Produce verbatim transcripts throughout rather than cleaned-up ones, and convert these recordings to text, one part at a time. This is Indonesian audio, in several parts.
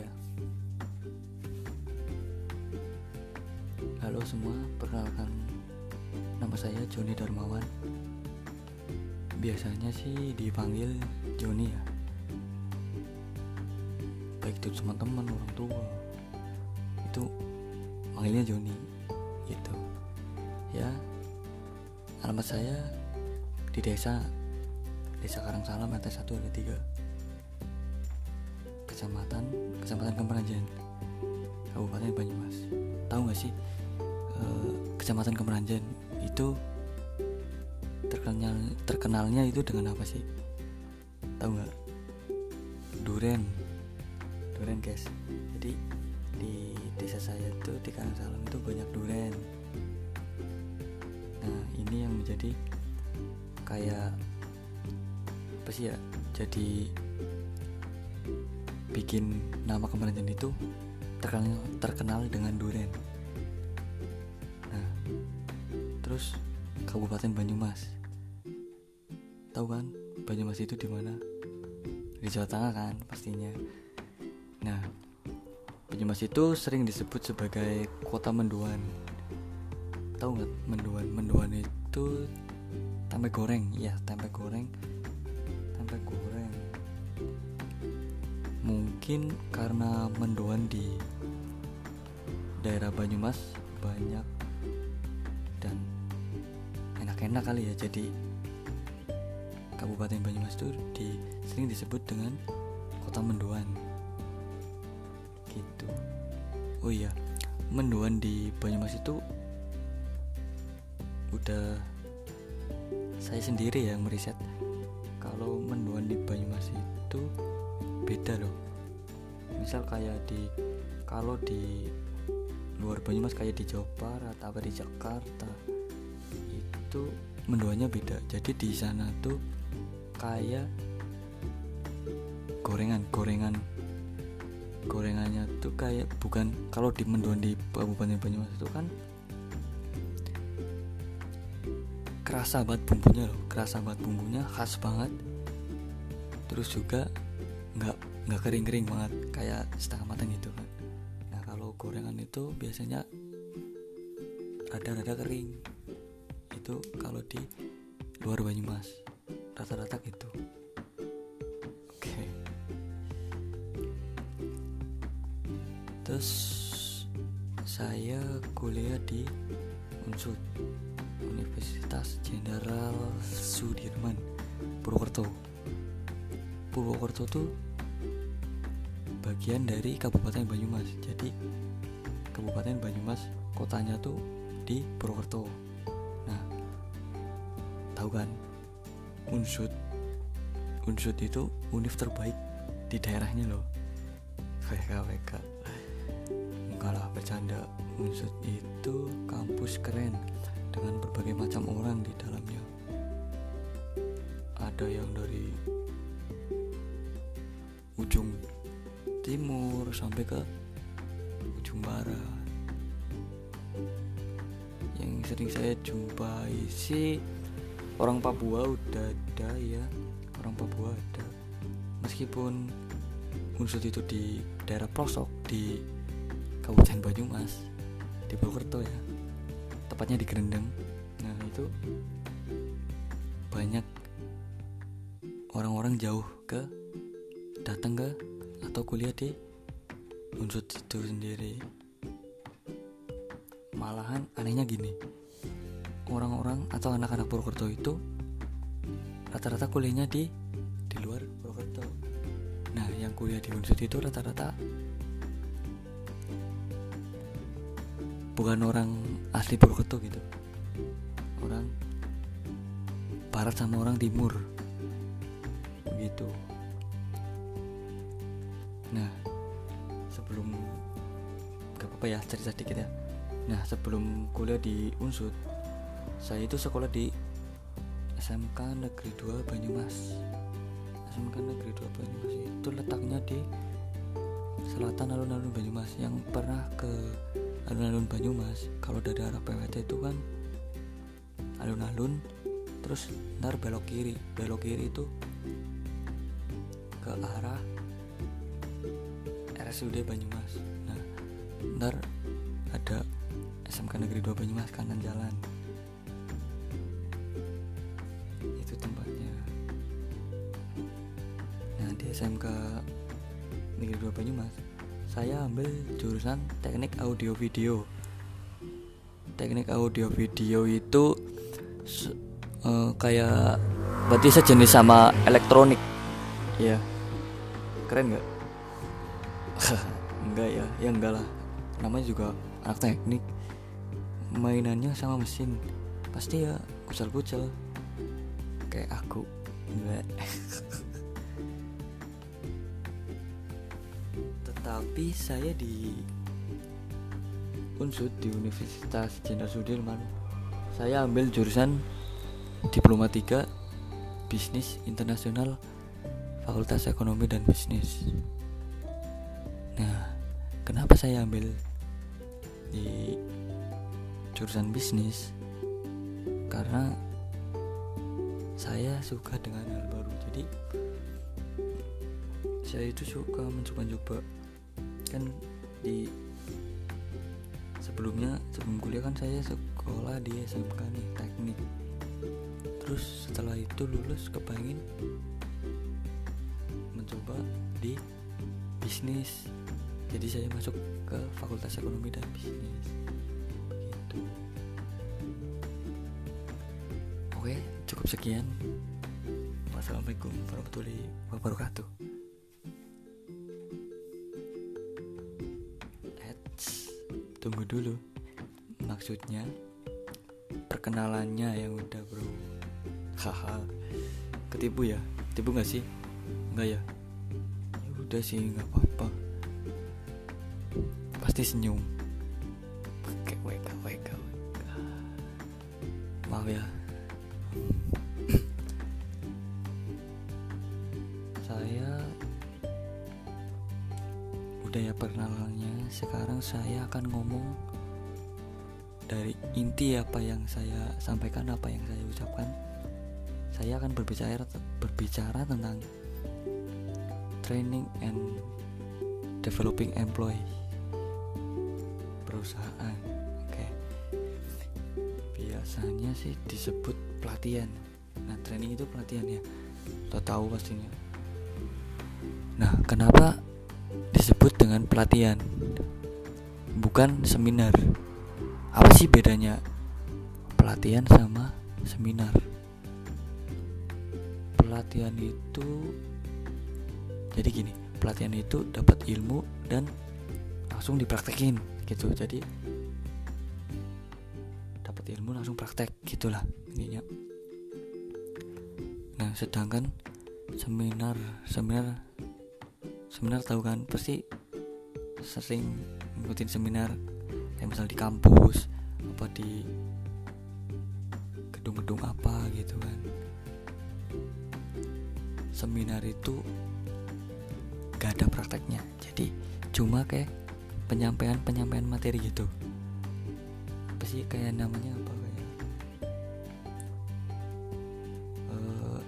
ya. Halo semua, perkenalkan nama saya Joni Darmawan. Biasanya sih dipanggil Joni ya, baik itu teman-teman, orang tua itu manggilnya Joni gitu ya. Alamat saya di desa Desa Karangsalam R T satu R T tiga, Kecamatan Kecamatan Kemeranjen, Kabupaten Banyumas. Tahu nggak sih eh, Kecamatan Kemeranjen itu terkenal terkenalnya itu dengan apa sih? Tahu nggak? Duren, duren guys. Jadi di desa saya itu di Karangsalam itu banyak duren. Nah ini yang menjadi kayak apa sih ya? Jadi bikin nama Kemeranjen itu terkenal terkenal dengan duren. Nah terus Kabupaten Banyumas, tahu kan Banyumas itu di mana? Di Jawa Tengah kan pastinya. Nah Banyumas itu sering disebut sebagai kota mendoan. Tahu nggak mendoan? Mendoan itu tempe goreng, ya tempe goreng, tempe goreng. Mungkin karena mendoan di daerah Banyumas banyak dan enak-enak kali ya, jadi Kabupaten Banyumas itu di, sering disebut dengan kota mendoan gitu. Oh iya, mendoan di Banyumas itu udah saya sendiri yang meriset kalau mendoan di Banyumas itu beda loh. Misal kayak di kalau di luar Banyumas kayak di Jawa Barat apa di Jakarta itu mendoannya beda. Jadi di sana tuh kayak gorengan gorengan gorengannya tuh kayak bukan, kalau di mendoan di Kabupaten Banyumas itu kan kerasa banget bumbunya loh, kerasa banget bumbunya, khas banget. Terus juga nggak nggak kering-kering banget kayak setengah matang gitu kan. Nah kalau gorengan itu biasanya rada-rada kering. Itu kalau di luar Banyumas rata-rata gitu. Oke. Okay. Terus saya kuliah di U N S U D, Universitas Jenderal Sudirman, Purwokerto. Purwokerto tuh bagian dari Kabupaten Banyumas. Jadi Kabupaten Banyumas kotanya tuh di Purwokerto. Nah, tahu kan U N S U D U N S U D itu univ terbaik di daerahnya loh. W K W K. Enggak lah, bercanda. U N S U D itu kampus keren dengan berbagai macam orang di dalamnya. Ada yang dari ujung timur sampai ke ujung barat. Yang sering saya jumpai sih orang Papua udah ada ya, orang Papua ada. Meskipun U N S U D itu di daerah pelosok di Kabupaten Banyumas, di Purwokerto ya, tepatnya di Grendeng. Nah itu banyak orang-orang jauh ke datang ke atau kuliah di U N S U D itu sendiri. Malahan anehnya gini, orang-orang atau anak-anak Purwokerto itu rata-rata kuliahnya di di luar Purwokerto. Nah yang kuliah di U N S U D itu rata-rata bukan orang asli Purwokerto gitu, orang barat sama orang timur begitu. Nah sebelum gak apa-apa ya cerita sedikit ya. Nah sebelum kuliah di U N S U D, saya itu sekolah di S M K Negeri dua Banyumas. S M K Negeri dua Banyumas itu letaknya di selatan alun-alun Banyumas. Yang pernah ke alun-alun Banyumas, kalau dari arah P W T itu kan alun-alun, terus ntar belok kiri, belok kiri itu ke arah R R S U D Banyumas. Nah, ntar ada S M K Negeri dua Banyumas kanan jalan. Itu tempatnya. Nah, di S M K Negeri dua Banyumas saya ambil jurusan Teknik Audio Video. Teknik Audio Video itu uh, kayak berarti sejenis sama elektronik. Ya. Keren enggak? Enggak ya, ya enggak lah. Namanya juga anak teknik. Mainannya sama mesin. Pasti ya kucel-kucel. Kayak aku. Enggak. Tetapi saya di Unsud di Universitas Jenderal Sudirman, saya ambil jurusan Diploma tiga Bisnis Internasional Fakultas Ekonomi dan Bisnis. Nah, kenapa saya ambil di jurusan bisnis? Karena saya suka dengan hal baru. Jadi saya itu suka mencoba-coba. Kan di sebelumnya sebelum kuliah kan saya sekolah di S M K nih, teknik. Terus setelah itu lulus kepengen mencoba di bisnis. Jadi saya masuk ke Fakultas Ekonomi dan Bisnis. Begitu. Oke, cukup sekian. Wassalamualaikum warahmatullahi wabarakatuh. Eits, tunggu dulu. Maksudnya perkenalannya yang udah, bro. Haha. Ketipu ya? Ketipu gak sih? Enggak ya? Ya udah sih, nggak apa-apa. Pasti senyum. Kayak weka weka weka. Maaf ya. Saya udah ya perkenalannya. Sekarang saya akan ngomong dari inti apa yang saya sampaikan, apa yang saya ucapkan. Saya akan berbicara berbicara tentang training and developing employee, perusahaan. Oke. Biasanya sih disebut pelatihan. Nah, training itu pelatihan ya. Udah tahu pastinya. Nah, kenapa disebut dengan pelatihan? Bukan seminar. Apa sih bedanya pelatihan sama seminar? Pelatihan itu jadi gini, pelatihan itu dapat ilmu dan langsung dipraktekin gitu. Jadi dapat ilmu langsung praktek gitulah intinya. Nah, sedangkan seminar, seminar, seminar tahu kan, pasti sering ngikutin seminar kayak misal di kampus apa di gedung-gedung apa gitu kan. Seminar itu gak ada prakteknya, jadi cuma kayak penyampaian-penyampaian materi gitu. Apa sih kayak namanya apa kayak uh,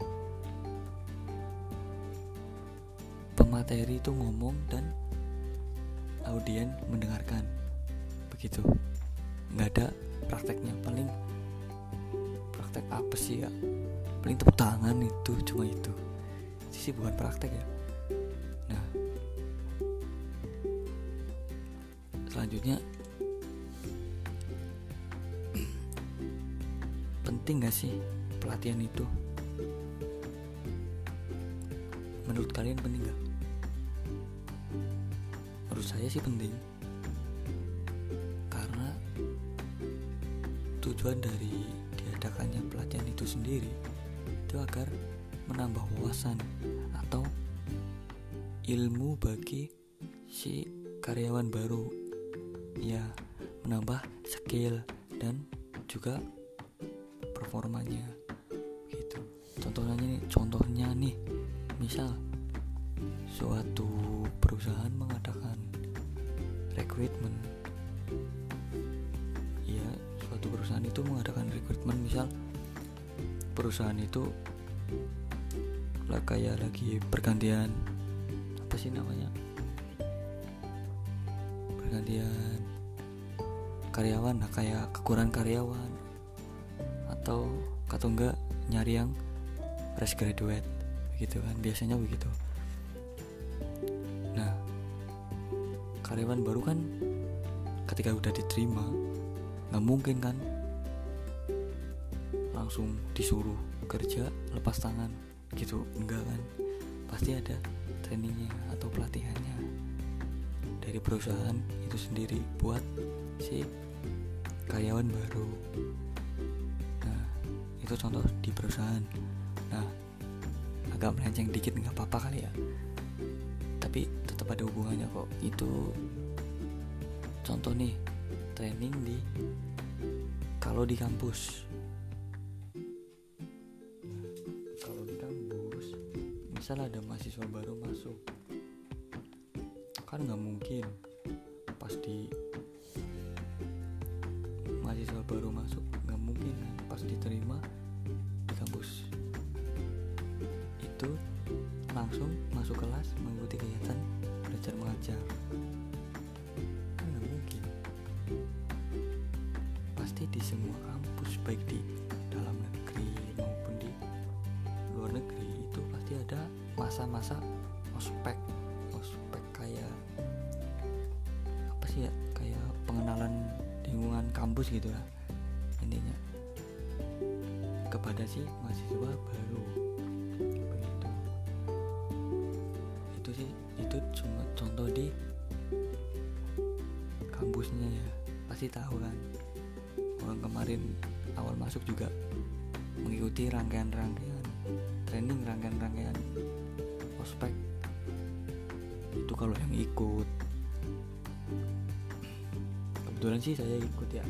pemateri itu ngomong dan audien mendengarkan begitu. Nggak ada prakteknya. Paling praktek apa sih ya, paling tepuk tangan, itu cuma itu. Itu sih bukan praktek ya. Nah, selanjutnya penting gak sih pelatihan itu? Menurut kalian penting gak? Menurut saya sih penting. Karena tujuan dari diadakannya pelatihan itu sendiri itu agar menambah wawasan atau ilmu bagi si karyawan baru, ya, menambah skill dan juga performanya gitu. Contohnya nih, contohnya nih, misal suatu perusahaan mengadakan rekrutmen, ya, suatu perusahaan itu mengadakan rekrutmen, misal perusahaan itu lah kayak lagi pergantian apa sih namanya pergantian karyawan, nah kayak kekurangan karyawan, atau atau enggak nyari yang fresh graduate begitu kan, biasanya begitu. Nah, karyawan baru kan ketika udah diterima nggak mungkin kan langsung disuruh kerja lepas tangan gitu, enggak kan, pasti ada trainingnya atau pelatihannya dari perusahaan itu sendiri buat si karyawan baru. Nah, itu contoh di perusahaan. Nah, agak melenceng dikit nggak apa-apa kali ya, tapi tetap ada hubungannya kok. Itu contoh nih, training di kalau di kampus. Kalau di kampus, misal ada mahasiswa baru masuk, kan nggak mungkin pas di mahasiswa baru masuk nggak mungkin kan pas diterima di kampus itu langsung masuk kelas mengikuti kegiatan belajar mengajar, kan nggak mungkin. Pasti di semua kampus, baik di dalam negeri maupun di luar negeri, itu pasti ada masa-masa ospek ospek kayak apa sih ya, kayak pengenalan lingkungan kampus gitu lah intinya kepada si mahasiswa baru begitu. Itu sih, itu cuma contoh di kampusnya ya, pasti tahu kan. Orang kemarin awal masuk juga mengikuti rangkaian-rangkaian training, rangkaian-rangkaian ospek. Itu kalau yang ikut, kebetulan sih saya ikut ya.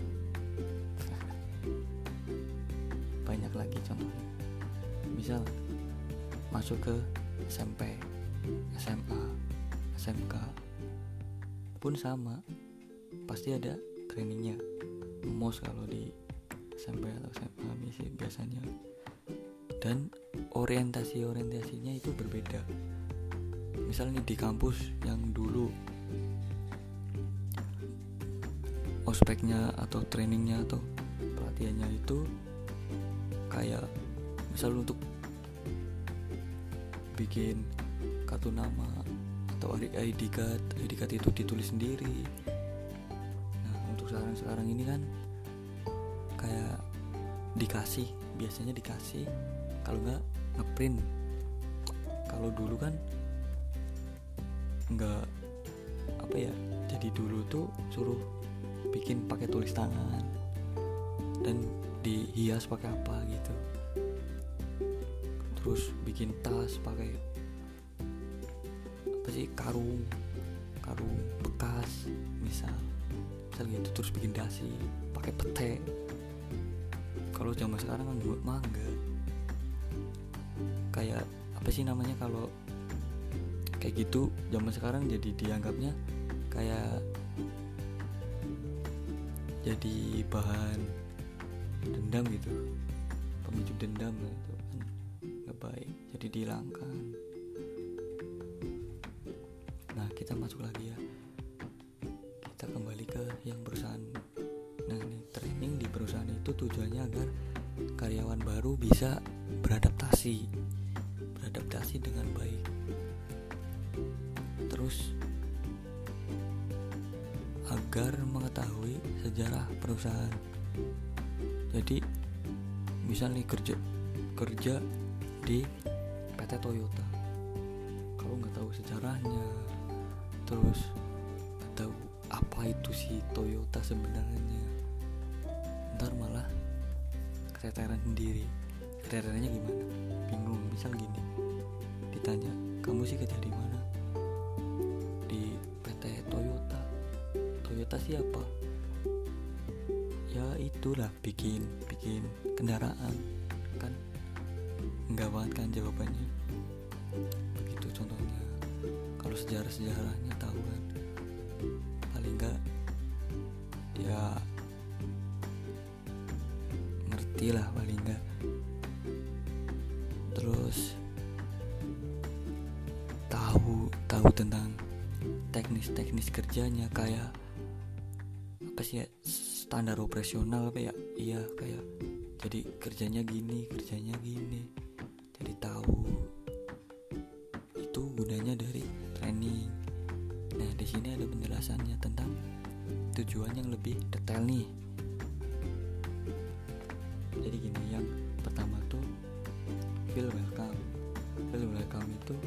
Banyak lagi contohnya, misal masuk ke S M P, S M A, S M K pun sama, pasti ada trainingnya. Mos kalau di S M P atau S M A biasanya, dan orientasi-orientasinya itu berbeda. Misalnya di kampus yang dulu ospeknya atau trainingnya atau pelatihannya itu kayak misal untuk bikin kartu nama atau I D card, I D card itu ditulis sendiri. Nah, untuk sekarang-sekarang ini kan kayak dikasih, biasanya dikasih, kalau nggak ngeprint. Kalau dulu kan nggak apa ya, jadi dulu tuh suruh bikin pakai tulis tangan dan dihias pakai apa gitu, terus bikin tas pakai apa sih, karung karung bekas misal misal gitu, terus bikin dasi pakai pete. Kalau zaman sekarang kan buat mangga kayak apa sih namanya, kalau kayak gitu zaman sekarang jadi dianggapnya kayak jadi bahan dendam gitu, pemicu dendam gitu kan, nggak baik, jadi dihilangkan. Nah, kita masuk lagi ya, kita kembali ke yang perusahaan. Nah, nih training di perusahaan itu tujuannya agar karyawan baru bisa beradaptasi beradaptasi dengan baik, terus agar mengetahui sejarah perusahaan. Jadi misalnya kerja kerja di P T Toyota, kalau nggak tahu sejarahnya, terus nggak tahu apa itu si Toyota sebenarnya, ntar malah keteteran sendiri. Keteterannya gimana? Bingung. Misal gini, ditanya, kamu sih kerja di mana? Di P T Toyota. Toyota siapa? Ya itulah, bikin bikin kendaraan kan, enggak banget kan jawabannya. Begitu contohnya. Kalau sejarah-sejarahnya tahu kan, paling enggak ya ngerti lah paling enggak. Terus tahu tahu tentang teknis-teknis kerjanya, kayak apa sih ya, standar operasional apa ya, iya kayak jadi kerjanya gini, kerjanya gini, jadi tahu itu gunanya dari training. Nah di sini ada penjelasannya tentang tujuan yang lebih detail nih. Jadi gini, yang pertama tuh feel welcome. Feel welcome itu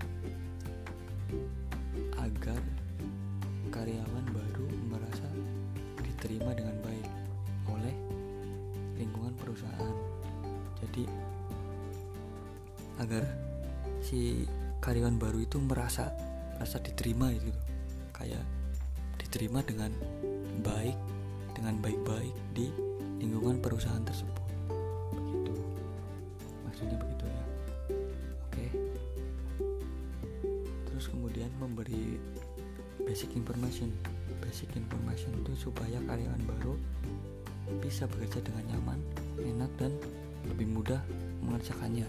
agar karyawan baru merasa diterima dengan baik oleh lingkungan perusahaan. Jadi agar si karyawan baru itu merasa merasa diterima gitu, kayak diterima dengan baik, dengan baik-baik di lingkungan perusahaan tersebut. Begitu, maksudnya begitu ya. Oke. Terus kemudian memberi basic information. Basic information itu supaya karyawan baru bisa bekerja dengan nyaman, enak, dan lebih mudah mengerjakannya.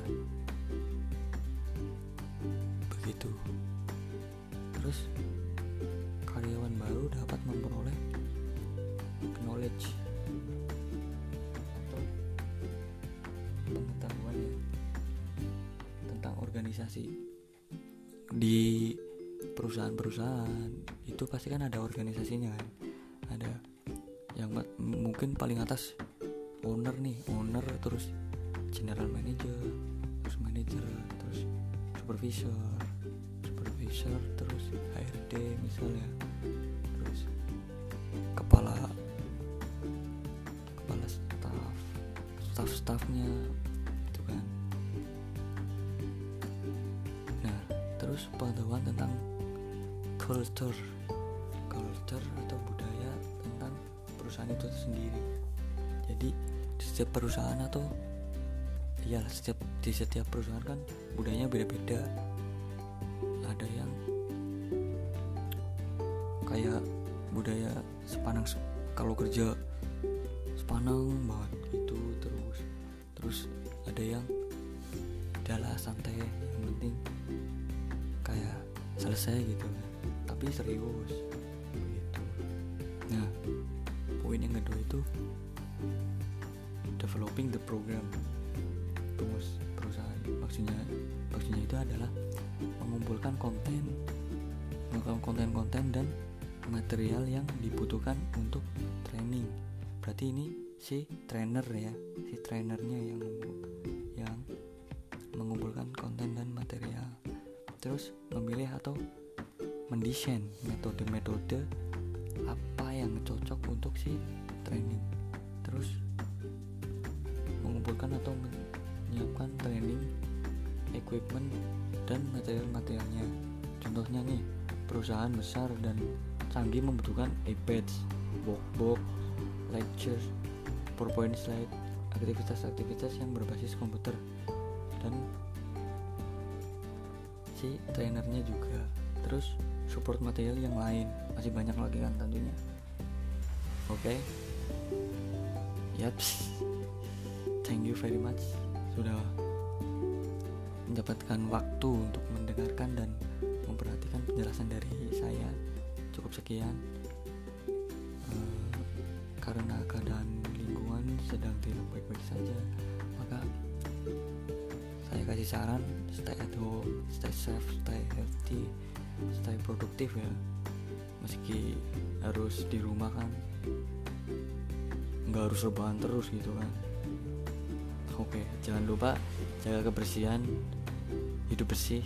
Begitu. Terus karyawan baru dapat memperoleh knowledge atau pengetahuan ya tentang organisasi. Di perusahaan-perusahaan itu pasti kan ada organisasinya kan, ada yang m- mungkin paling atas owner nih, owner terus general manager, terus manager, terus supervisor, supervisor, terus H R D misalnya, terus kepala kepala staff, staff-staffnya itu kan. Nah, terus pengetahuan tentang culture, culture atau budaya tentang perusahaan itu sendiri. Jadi di setiap perusahaan atau ya setiap di setiap perusahaan kan budayanya beda-beda. Ada yang kayak budaya sepanang kalau kerja sepanang banget gitu, terus terus ada yang adalah santai, yang penting kayak selesai gitu, tapi serius begitu. Nah, poin yang kedua itu developing the program. Terus perusahaan maksudnya maksudnya itu adalah mengumpulkan konten, mengumpulkan konten-konten dan material yang dibutuhkan untuk training. Berarti ini si trainer ya, si trainernya yang yang mengumpulkan konten dan material. Terus memilih atau mendesain metode-metode apa yang cocok untuk si training. Terus mengumpulkan atau menyiapkan training equipment dan material-materialnya. Contohnya nih, perusahaan besar dan canggih membutuhkan iPads, box-box, lecture, PowerPoint slide, aktivitas-aktivitas yang berbasis komputer, dan si trainernya juga. Terus support material yang lain, masih banyak lagi kan tentunya. Oke, okay. Yaps, thank you very much sudah mendapatkan waktu untuk mendengarkan dan memperhatikan penjelasan dari saya. Cukup sekian. Uh, karena keadaan lingkungan sedang tidak baik-baik saja, maka saya kasih saran stay at home, stay safe, stay healthy, stay produktif ya. Meski harus di rumah kan, nggak harus rebahan terus gitu kan. Oke, jangan lupa jaga kebersihan, hidup bersih.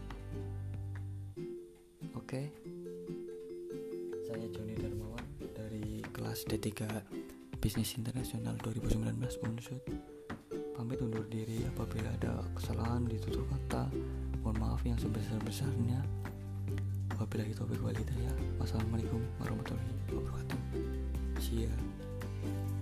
Oke, saya Joni Darmawan dari kelas D tiga Bisnis Internasional dua ribu sembilan belas Unsud. Pamit undur diri apabila ada kesalahan di tutur kata. Mohon maaf yang sebesar-besarnya. Wabillahi taufiq wal hidayah. Wassalamualaikum warahmatullahi wabarakatuh. See ya.